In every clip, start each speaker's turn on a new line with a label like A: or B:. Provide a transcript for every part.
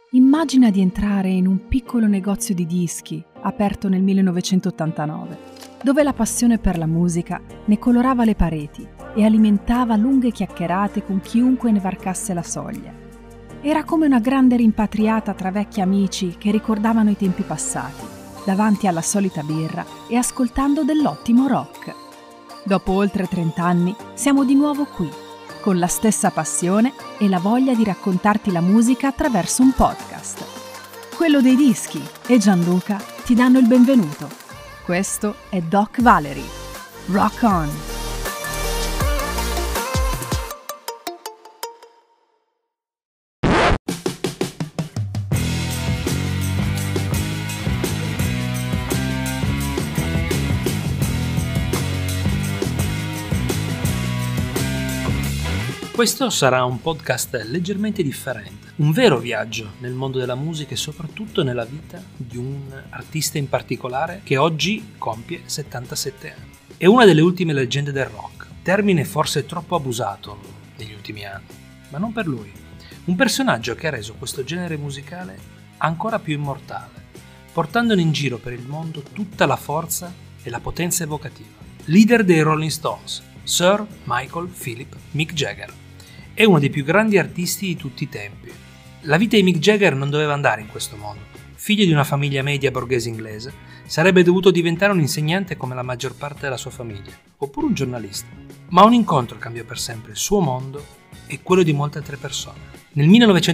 A: Immagina di entrare in un piccolo negozio di dischi aperto nel 1989, dove la passione per la musica ne colorava le pareti e alimentava lunghe chiacchierate con chiunque ne varcasse la soglia. Era come una grande rimpatriata tra vecchi amici che ricordavano i tempi passati, davanti alla solita birra e ascoltando dell'ottimo rock. Dopo oltre 30 anni siamo di nuovo qui, con la stessa passione e la voglia di raccontarti la musica attraverso un podcast. Quello dei dischi e Gianluca ti danno il benvenuto. Questo è Doc Valery. Rock on!
B: Questo sarà un podcast leggermente differente, un vero viaggio nel mondo della musica e soprattutto nella vita di un artista in particolare che oggi compie 77 anni. È una delle ultime leggende del rock, termine forse troppo abusato negli ultimi anni, ma non per lui. Un personaggio che ha reso questo genere musicale ancora più immortale, portandone in giro per il mondo tutta la forza e la potenza evocativa. Leader dei Rolling Stones, Sir Michael Philip Mick Jagger. È uno dei più grandi artisti di tutti i tempi. La vita di Mick Jagger non doveva andare in questo modo. Figlio di una famiglia media borghese inglese, sarebbe dovuto diventare un insegnante come la maggior parte della sua famiglia, oppure un giornalista. Ma un incontro cambiò per sempre il suo mondo e quello di molte altre persone. Nel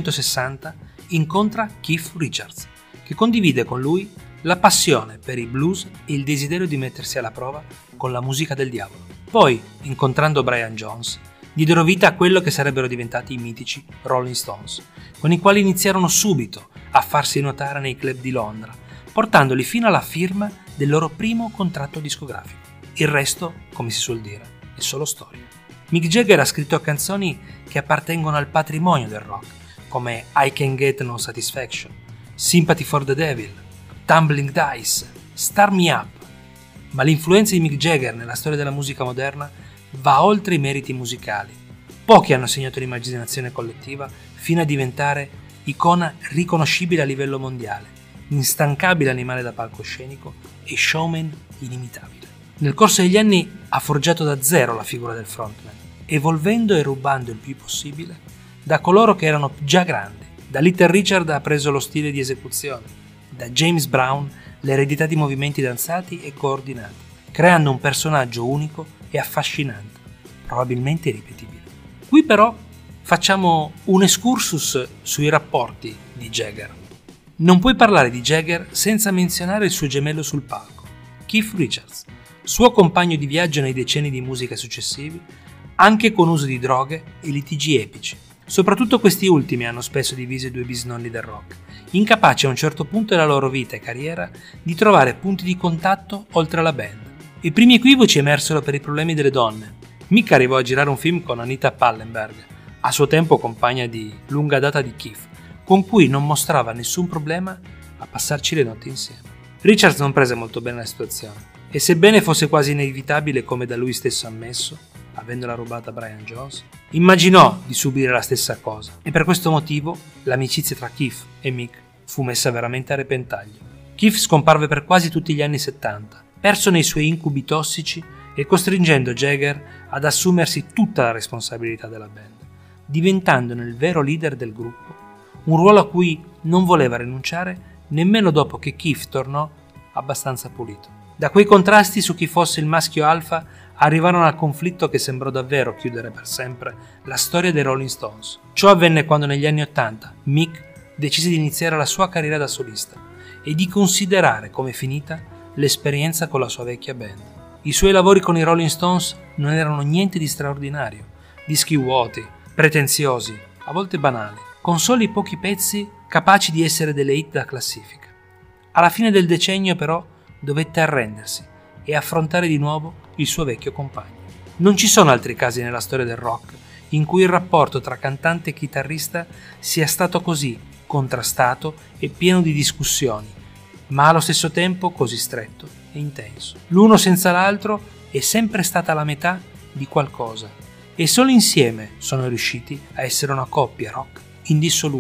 B: 1960 incontra Keith Richards, che condivide con lui la passione per i blues e il desiderio di mettersi alla prova con la musica del diavolo. Poi, incontrando Brian Jones, diedero vita a quello che sarebbero diventati i mitici Rolling Stones, con i quali iniziarono subito a farsi notare nei club di Londra, portandoli fino alla firma del loro primo contratto discografico. Il resto, come si suol dire, è solo storia. Mick Jagger ha scritto canzoni che appartengono al patrimonio del rock, come I Can't Get No Satisfaction, Sympathy for the Devil, Tumbling Dice, Start Me Up. Ma l'influenza di Mick Jagger nella storia della musica moderna va oltre i meriti musicali. Pochi hanno segnato l'immaginazione collettiva fino a diventare icona riconoscibile a livello mondiale, instancabile animale da palcoscenico e showman inimitabile. Nel corso degli anni ha forgiato da zero la figura del frontman, evolvendo e rubando il più possibile da coloro che erano già grandi. Da Little Richard ha preso lo stile di esecuzione, da James Brown l'eredità di movimenti danzati e coordinati, creando un personaggio unico e affascinante, probabilmente irripetibile. Qui però facciamo un excursus sui rapporti di Jagger. Non puoi parlare di Jagger senza menzionare il suo gemello sul palco, Keith Richards, suo compagno di viaggio nei decenni di musica successivi, anche con uso di droghe e litigi epici. Soprattutto questi ultimi hanno spesso diviso i due bisnonni del rock, incapaci a un certo punto della loro vita e carriera di trovare punti di contatto oltre alla band. I primi equivoci emersero per i problemi delle donne. Mick arrivò a girare un film con Anita Pallenberg, a suo tempo compagna di lunga data di Keith, con cui non mostrava nessun problema a passarci le notti insieme. Richards non prese molto bene la situazione e sebbene fosse quasi inevitabile, come da lui stesso ammesso, avendola rubata Brian Jones, immaginò di subire la stessa cosa e per questo motivo l'amicizia tra Keith e Mick fu messa veramente a repentaglio. Keith scomparve per quasi tutti gli anni 70, perso nei suoi incubi tossici e costringendo Jagger ad assumersi tutta la responsabilità della band, diventandone il vero leader del gruppo, un ruolo a cui non voleva rinunciare nemmeno dopo che Keith tornò abbastanza pulito. Da quei contrasti su chi fosse il maschio alfa arrivarono al conflitto che sembrò davvero chiudere per sempre la storia dei Rolling Stones. Ciò avvenne quando negli anni '80 Mick decise di iniziare la sua carriera da solista e di considerare come finita l'esperienza con la sua vecchia band. I suoi lavori con i Rolling Stones non erano niente di straordinario, dischi vuoti, pretenziosi, a volte banali, con soli pochi pezzi capaci di essere delle hit da classifica. Alla fine del decennio però dovette arrendersi e affrontare di nuovo il suo vecchio compagno. Non ci sono altri casi nella storia del rock in cui il rapporto tra cantante e chitarrista sia stato così contrastato e pieno di discussioni, ma allo stesso tempo così stretto e intenso. L'uno senza l'altro è sempre stata la metà di qualcosa e solo insieme sono riusciti a essere una coppia rock indissolubile.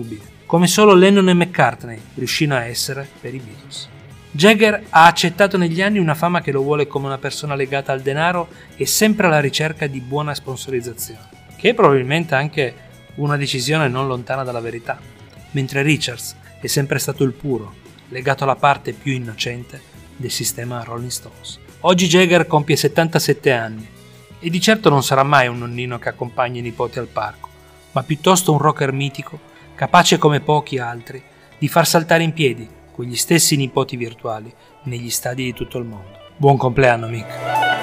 B: come solo Lennon e McCartney riuscirono a essere per i Beatles. Jagger ha accettato negli anni una fama che lo vuole come una persona legata al denaro e sempre alla ricerca di buona sponsorizzazione, che è probabilmente anche una decisione non lontana dalla verità, mentre Richards è sempre stato il puro, legato alla parte più innocente del sistema Rolling Stones. Oggi Jagger compie 77 anni e di certo non sarà mai un nonnino che accompagna i nipoti al parco, ma piuttosto un rocker mitico, capace come pochi altri di far saltare in piedi quegli stessi nipoti virtuali negli stadi di tutto il mondo. Buon compleanno, Mick!